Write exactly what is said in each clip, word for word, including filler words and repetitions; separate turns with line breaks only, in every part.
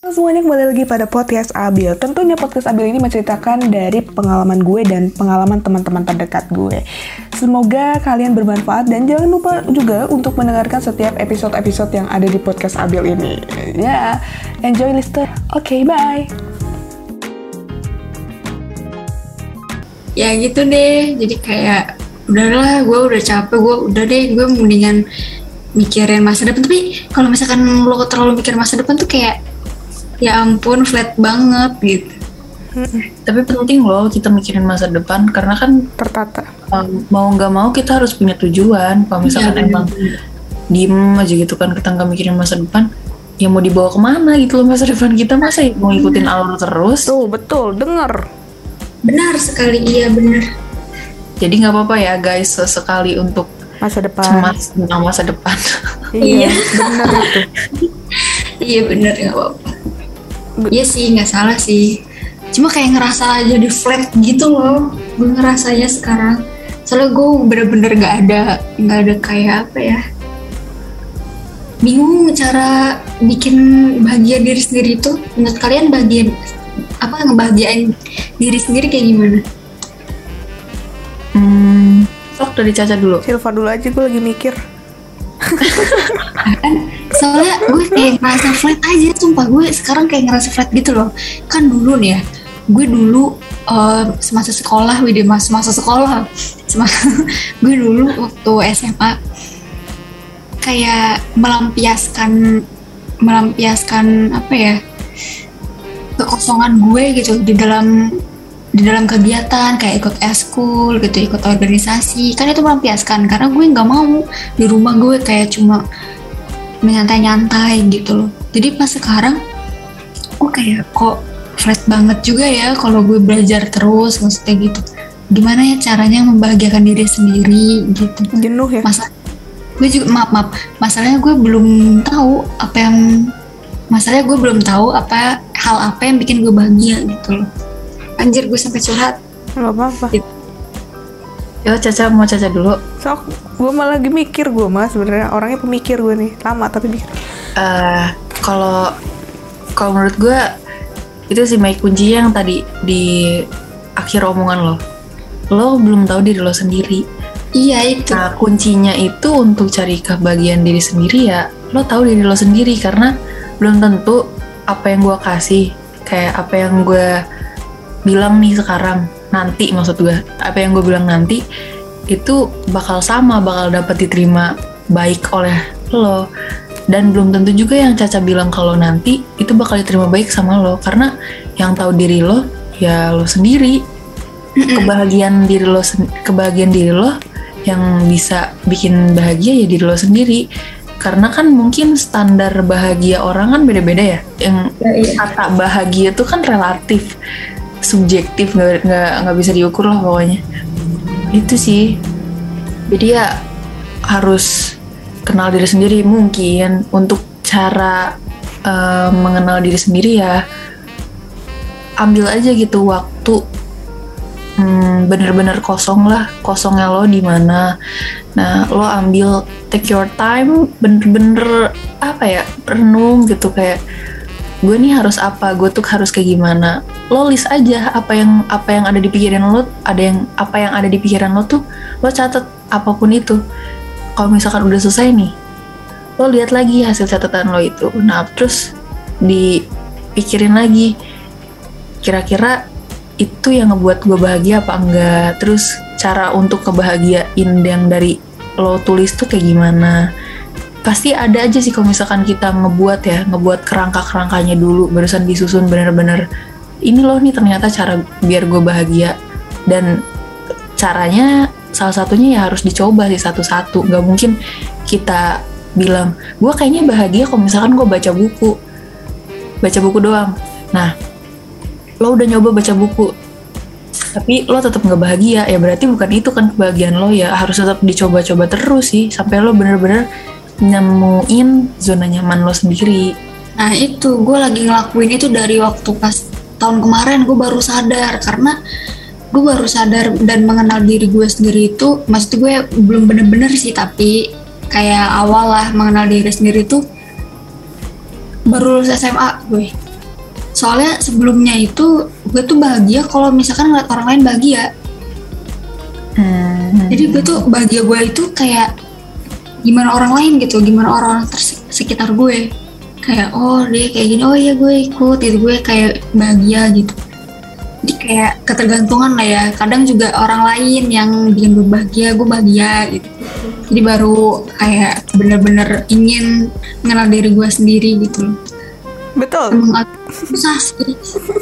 Semuanya kembali lagi pada podcast Abil. Tentunya podcast Abil ini menceritakan dari pengalaman gue dan pengalaman teman-teman terdekat gue. Semoga kalian bermanfaat dan jangan lupa juga untuk mendengarkan setiap episode-episode yang ada di podcast Abil ini. Ya, yeah, enjoy listener. Oke, okay, bye.
Ya gitu deh. Jadi kayak udahlah, gue udah capek, gue udah deh, gue mendingan mikirin masa depan. Tapi kalau misalkan lo terlalu mikir masa depan tuh kayak ya ampun, flat banget gitu.
Mm-mm. Tapi penting loh kita mikirin masa depan karena kan
tertata.
Um, mau nggak mau kita harus punya tujuan. Kalau misalkan ya, emang diem aja gitu kan kita nggak mikirin masa depan, ya mau dibawa kemana gitu loh masa depan kita, masa ya mau ikutin alur terus?
Tuh betul, denger.
Benar sekali, iya benar.
Jadi nggak apa-apa ya guys, sesekali untuk
masa depan,
cemas tentang masa depan.
Iya, benar itu.
Iya benar, nggak apa-apa. Iya sih, nggak salah sih. Cuma kayak ngerasa jadi flat gitu loh. Gue ngerasanya sekarang. Soalnya gue bener-bener nggak ada, nggak ada kayak apa ya. Bingung cara bikin bahagia diri sendiri itu. Menurut kalian bahagia apa, ngebahagiain diri sendiri kayak gimana?
Hmm, sok dari Caca dulu.
Silva dulu aja, gue lagi mikir.
Kan soalnya gue kayak ngerasa flat aja, sumpah gue sekarang kayak ngerasa flat gitu loh. Kan dulu nih ya, gue dulu uh, semasa sekolah, wih deh mas masa sekolah, semasa gue dulu waktu S M A kayak melampiaskan melampiaskan apa ya, kekosongan gue gitu di dalam di dalam kegiatan kayak ikut eskul gitu, ikut organisasi, kan itu melampiaskan karena gue nggak mau di rumah gue kayak cuma menyantai-nyantai gitu loh. Jadi pas sekarang gue kayak kok flat banget juga ya kalau gue belajar terus, maksudnya gitu. Gimana ya caranya membahagiakan diri sendiri gitu.
Jenuh ya?
Masa gue juga maaf maaf masalahnya gue belum tahu apa yang masalahnya gue belum tahu apa hal apa yang bikin gue bahagia gitu loh. Anjir, gue sampai curhat.
Gak apa-apa.
Gitu.
Ya Caca, mau Caca dulu.
Sok, gue malah lagi mikir gue mas, sebenarnya orangnya pemikir gue nih, lama tapi mikir.
Uh, kalau kalau menurut gue itu sih Mike, kunci yang tadi di akhir omongan lo. Lo belum tahu diri lo sendiri.
Iya itu.
Nah kuncinya itu untuk cari kebahagiaan diri sendiri ya. Lo tahu diri lo sendiri karena belum tentu apa yang gue kasih, kayak apa yang gue bilang nih sekarang, nanti maksud gue apa yang gue bilang nanti itu bakal sama, bakal dapat diterima baik oleh lo. Dan belum tentu juga yang Caca bilang kalau nanti itu bakal diterima baik sama lo, karena yang tahu diri lo ya lo sendiri. Kebahagiaan diri lo kebahagiaan diri lo yang bisa bikin bahagia ya diri lo sendiri. Karena kan mungkin standar bahagia orang kan beda-beda ya. Yang
ya, iya.
Kata bahagia itu kan relatif, subjektif, nggak nggak nggak bisa diukur lah pokoknya. Itu sih. Jadi ya harus kenal diri sendiri. Mungkin untuk cara uh, mengenal diri sendiri ya ambil aja gitu waktu, hmm, bener-bener kosong lah, kosongnya lo di mana. Nah lo ambil take your time, bener-bener apa ya, renung gitu, kayak gue nih harus apa, gue tuh harus kayak gimana. Lo list aja apa yang apa yang ada di pikiran lo, ada yang apa yang ada di pikiran lo tuh lo catat apapun itu. Kalau misalkan udah selesai nih, lo lihat lagi hasil catatan lo itu. Nah terus dipikirin lagi, kira-kira itu yang ngebuat gue bahagia apa enggak. Terus cara untuk kebahagiain yang dari lo tulis tuh kayak gimana. Pasti ada aja sih kalau misalkan kita ngebuat ya, ngebuat kerangka-kerangkanya dulu, barusan disusun bener-bener ini loh nih ternyata cara biar gue bahagia. Dan caranya salah satunya ya harus dicoba sih satu-satu. Gak mungkin kita bilang gue kayaknya bahagia kalau misalkan gue baca buku baca buku doang. Nah lo udah nyoba baca buku tapi lo tetap gak bahagia, ya berarti bukan itu kan kebahagiaan lo. Ya harus tetap dicoba-coba terus sih sampai lo bener-bener nemuin zona nyaman lo sendiri.
Nah itu gue lagi ngelakuin itu dari waktu pas tahun kemarin. Gue baru sadar karena gue baru sadar dan mengenal diri gue sendiri itu, maksud gue belum bener-bener sih, tapi kayak awal lah mengenal diri sendiri tuh baru lulus S M A gue. Soalnya sebelumnya itu gue tuh bahagia kalau misalkan ngeliat orang lain bahagia.
Hmm.
Jadi gue tuh bahagia gue itu kayak gimana orang lain gitu, gimana orang sekitar gue. Kayak oh dia kayak gini, oh iya gue ikut, gitu gue kayak bahagia gitu. Jadi kayak ketergantungan lah ya. Kadang juga orang lain yang bikin gue bahagia, gue bahagia gitu. Jadi baru kayak bener-bener ingin mengenal diri gue sendiri gitu.
Betul.
Emang agak susah sih.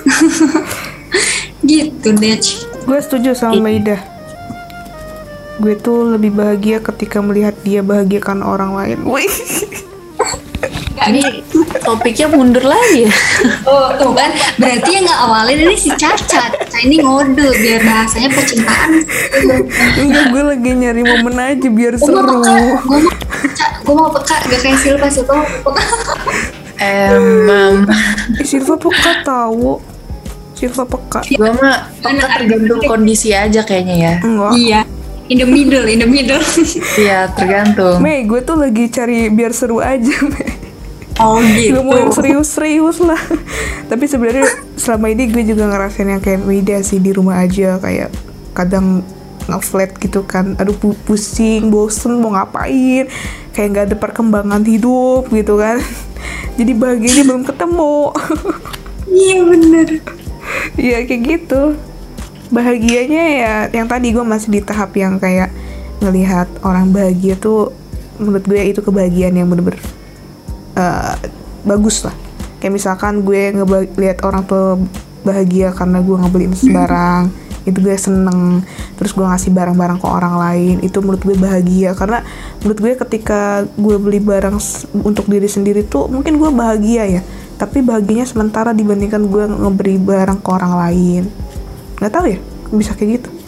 Gitu deh.
Gue setuju sama Maida. Gue tuh lebih bahagia ketika melihat dia bahagiakan orang lain. Wih.
Ini topiknya mundur lagi ya.
Oh tuh kan, berarti yang nggak awalin ini si Cacat. Nah ini ngode biar bahasanya percintaan.
Enggak, gue lagi nyari momen aja biar
Gue
seru.
mau peka, gue mau peka, gue mau peka, gak kayak Silva sih, gue mau peka.
Emang
Eh, Silva peka tahu. Silva peka.
gue mah peka tergantung kondisi aja kayaknya ya.
Enggak.
Iya, in the middle, in the middle.
Iya tergantung.
Mei, gue tuh lagi cari biar seru aja, Mei.
Oh gitu.
Gak mau yang serius-serius lah. Tapi sebenarnya selama ini gue juga ngerasain yang kayak Maida sih, di rumah aja kayak kadang nge-flat gitu kan. Aduh pusing, bosen mau ngapain, kayak gak ada perkembangan hidup gitu kan. Jadi bahagianya belum ketemu.
Iya bener.
Iya kayak gitu. Bahagianya ya yang tadi gue masih di tahap yang kayak ngelihat orang bahagia tuh, menurut gue itu kebahagiaan yang bener-bener Uh, bagus lah. Kayak misalkan gue ngeliat orang tuh bahagia karena gue ngebeliin barang, itu gue seneng. Terus gue ngasih barang-barang ke orang lain, itu menurut gue bahagia. Karena menurut gue ketika gue beli barang untuk diri sendiri tuh mungkin gue bahagia ya, tapi bahagianya sementara dibandingkan gue ngeberi barang ke orang lain. Gak tahu ya, bisa kayak gitu.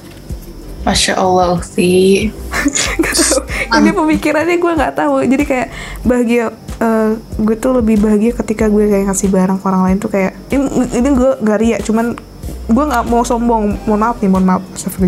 Masya Allah Ukti.
Gak tahu. Ini pemikirannya gue nggak tahu. Jadi kayak bahagia, uh, gue tuh lebih bahagia ketika gue kayak ngasih barang ke orang lain tuh kayak ini, ini gue gak ria, cuman gue nggak mau sombong. Mohon maaf nih, mohon maaf.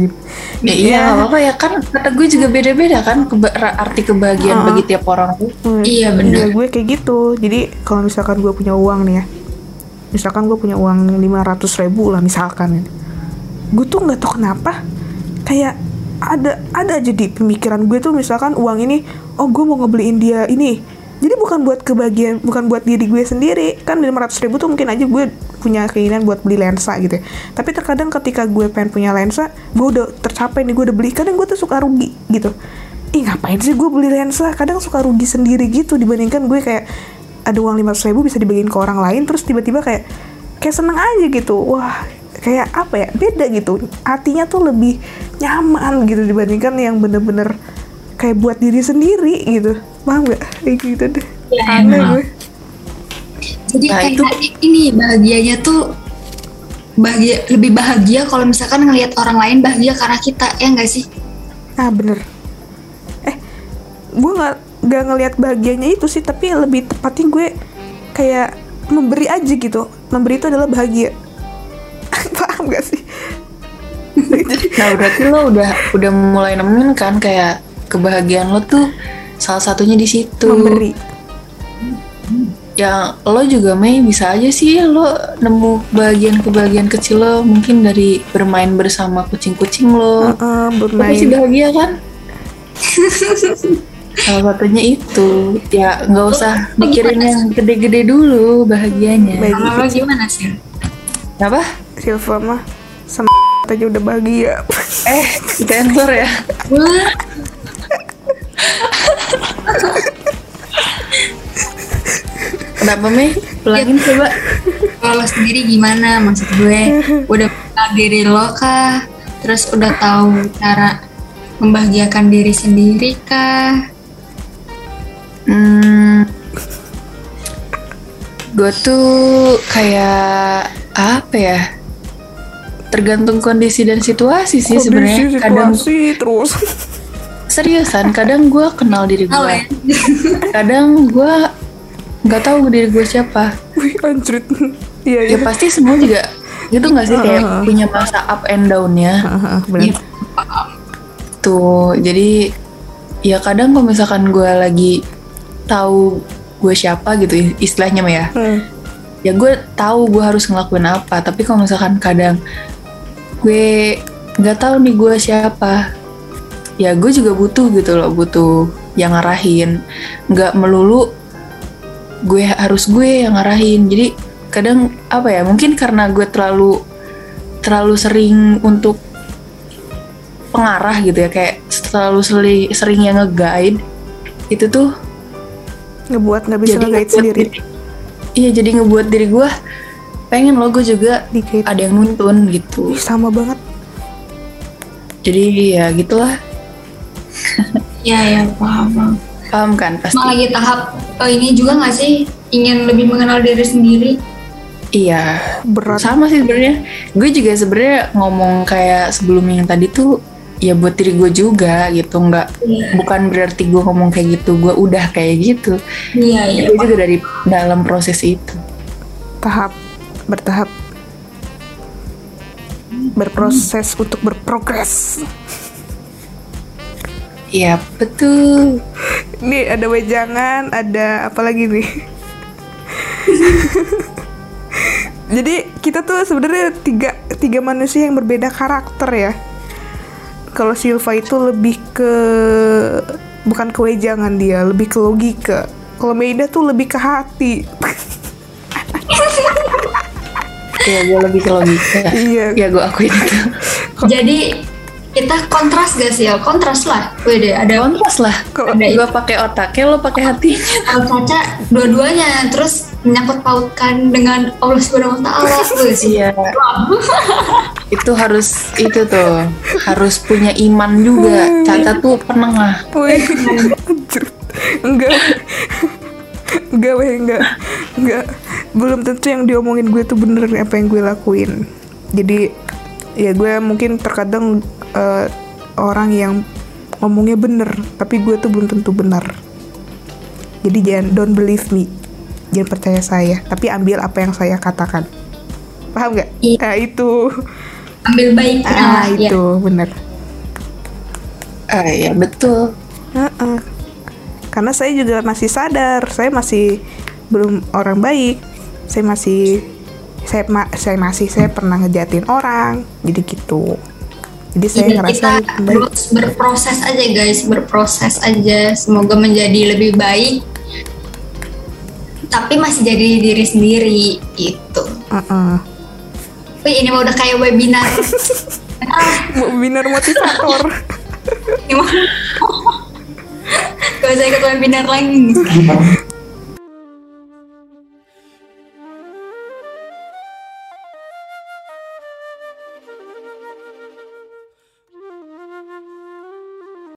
Ya iya nggak apa-apa ya kan. Kata gue juga beda-beda kan keba- arti kebahagiaan uh, bagi tiap orang tuh.
Uh,
iya benar.
Iya gue kayak gitu. Jadi kalau misalkan gue punya uang nih ya, misalkan gue punya uang lima ratus ribu lah misalkan, gue tuh nggak tahu kenapa kayak ada ada aja di pemikiran gue tuh misalkan uang ini, oh gue mau ngebeliin dia ini, jadi bukan buat kebahagiaan, bukan buat diri gue sendiri kan. Lima ratus ribu tuh mungkin aja gue punya keinginan buat beli lensa gitu ya. Tapi terkadang ketika gue pengen punya lensa, gue udah tercapai nih, gue udah beli, kadang gue tuh suka rugi gitu. Ih ngapain sih gue beli lensa, kadang suka rugi sendiri gitu, dibandingkan gue kayak ada uang lima ratus ribu bisa dibagiin ke orang lain, terus tiba-tiba kayak kayak seneng aja gitu. Wah kayak apa ya, beda gitu, hatinya tuh lebih nyaman gitu dibandingkan yang bener-bener kayak buat diri sendiri gitu. Paham gak? Kayak gitu deh.
Ya,
aneh
emang.
gue.
Jadi
Nah,
kayak
itu
ini bahagianya tuh bahagia, lebih bahagia kalau misalkan ngelihat orang lain bahagia karena kita, ya enggak sih?
Ah bener. Eh gue nggak nggak ngelihat bahagianya itu sih, tapi lebih tepatnya gue kayak memberi aja gitu. Memberi itu adalah bahagia. Paham gak sih?
Nah berarti lo udah udah mulai nemuin kan kayak kebahagiaan lo tuh salah satunya di situ.
Memberi.
Ya lo juga Mei bisa aja sih lo nemu bagian-kebahagiaan kecil lo, mungkin dari bermain bersama kucing-kucing lo.
Uh-uh,
Lo
bermain.
pasti bahagia kan? Salah satunya itu. Ya nggak usah mikirin yang gede-gede dulu bahagianya.
Baik.
Kalau lo gimana sih?
Apa?
Silva mah sama aja udah bahagia.
Eh, sensor ya.
Wah,
Kenapa Mei? Ulangin coba.
kalau lo sendiri gimana? Maksud gue, udah kenal diri lo kah? Terus udah tahu cara membahagiakan diri sendiri kah?
Hmm, gue tuh kayak apa ya? Tergantung kondisi dan situasi sih sebenarnya. Kadang
Situasi terus.
seriusan, kadang gue kenal diri
Tahu
gue.
ya?
Kadang gue nggak tahu diri gue siapa.
Wih anjrit. Iya
Ya
iya.
pasti semua juga gitu nggak sih, kayak
Uh-huh.
punya masa up and down-nya.
Heeh, benar.
Tuh, jadi ya kadang kalau misalkan gue lagi tahu gue siapa gitu istilahnya mah ya,
Hmm.
ya gue tahu gue harus ngelakuin apa. Tapi kalau misalkan kadang gue nggak tahu nih gue siapa, ya gue juga butuh gitu loh, butuh yang ngarahin. Nggak melulu gue harus gue yang ngarahin. Jadi kadang apa ya, mungkin karena gue terlalu terlalu sering untuk pengarah gitu ya, kayak terlalu sering, sering yang nge-guide itu tuh
ngebuat nggak bisa nge-guide sendiri.
Diri, iya, jadi ngebuat diri gue pengen lo gue juga
Dikit.
ada yang nuntun gitu.
Ih, sama banget.
Jadi ya gitulah.
Ya ya paham. Paham.
Paham kan pasti.
Emang lagi tahap oh, ini juga nggak sih ingin lebih mengenal diri sendiri?
Iya,
Berat.
sama sih sebenarnya. Gue juga sebenarnya ngomong kayak sebelum yang tadi tuh ya buat diri gue juga gitu, nggak
Iya.
bukan berarti gue ngomong kayak gitu gue udah kayak gitu.
Iya iya.
Gue juga dari dalam proses itu.
Tahap bertahap berproses untuk berprogres.
Iya betul.
Nih ada wejangan, ada apa lagi nih? Jadi kita tuh sebenarnya tiga tiga manusia yang berbeda karakter ya. Kalau Silva itu lebih ke bukan ke wejangan, dia lebih ke logika. Kalau Meida tuh lebih ke hati.
Iya, gue lebih ke logika.
Iya.
Ya gue akuin itu.
Jadi kita kontras gak sih ya? Kontras lah. Wede ada
Kontras lah.
Kalau
ada
Gue pakai otaknya, lo pakai hatinya.
kalau Caca dua-duanya terus menyangkut pautkan dengan Allah Subhanahu wa taala. Wes.
Iya. Itu harus itu tuh harus punya iman juga. Caca tuh penengah.
Wih, anjir. Enggak. Enggak, weh, enggak. Enggak. Belum tentu yang diomongin gue tuh bener apa yang gue lakuin. Jadi ya gue mungkin terkadang uh, orang yang ngomongnya bener, tapi gue tuh belum tentu benar. Jadi jangan, don't believe me. Jangan percaya saya, tapi ambil apa yang saya katakan. Paham nggak?
Iya.
Ah, itu.
Ambil baiknya
Ah,
lah ya.
itu bener.
Ah ya betul.
Uh-uh. Karena saya juga masih sadar, saya masih belum orang baik. Saya masih saya ma- saya masih saya pernah ngejatin orang. Jadi gitu. Jadi saya
Jadi
ngerasa
kita
baik.
terus berproses aja guys, berproses aja. Semoga menjadi lebih baik. Tapi masih jadi diri sendiri gitu.
Uh-uh.
Wih ini mah udah kayak webinar. ah,
Webinar motivator.
ini mah. Gak usah ikut webinar lagi.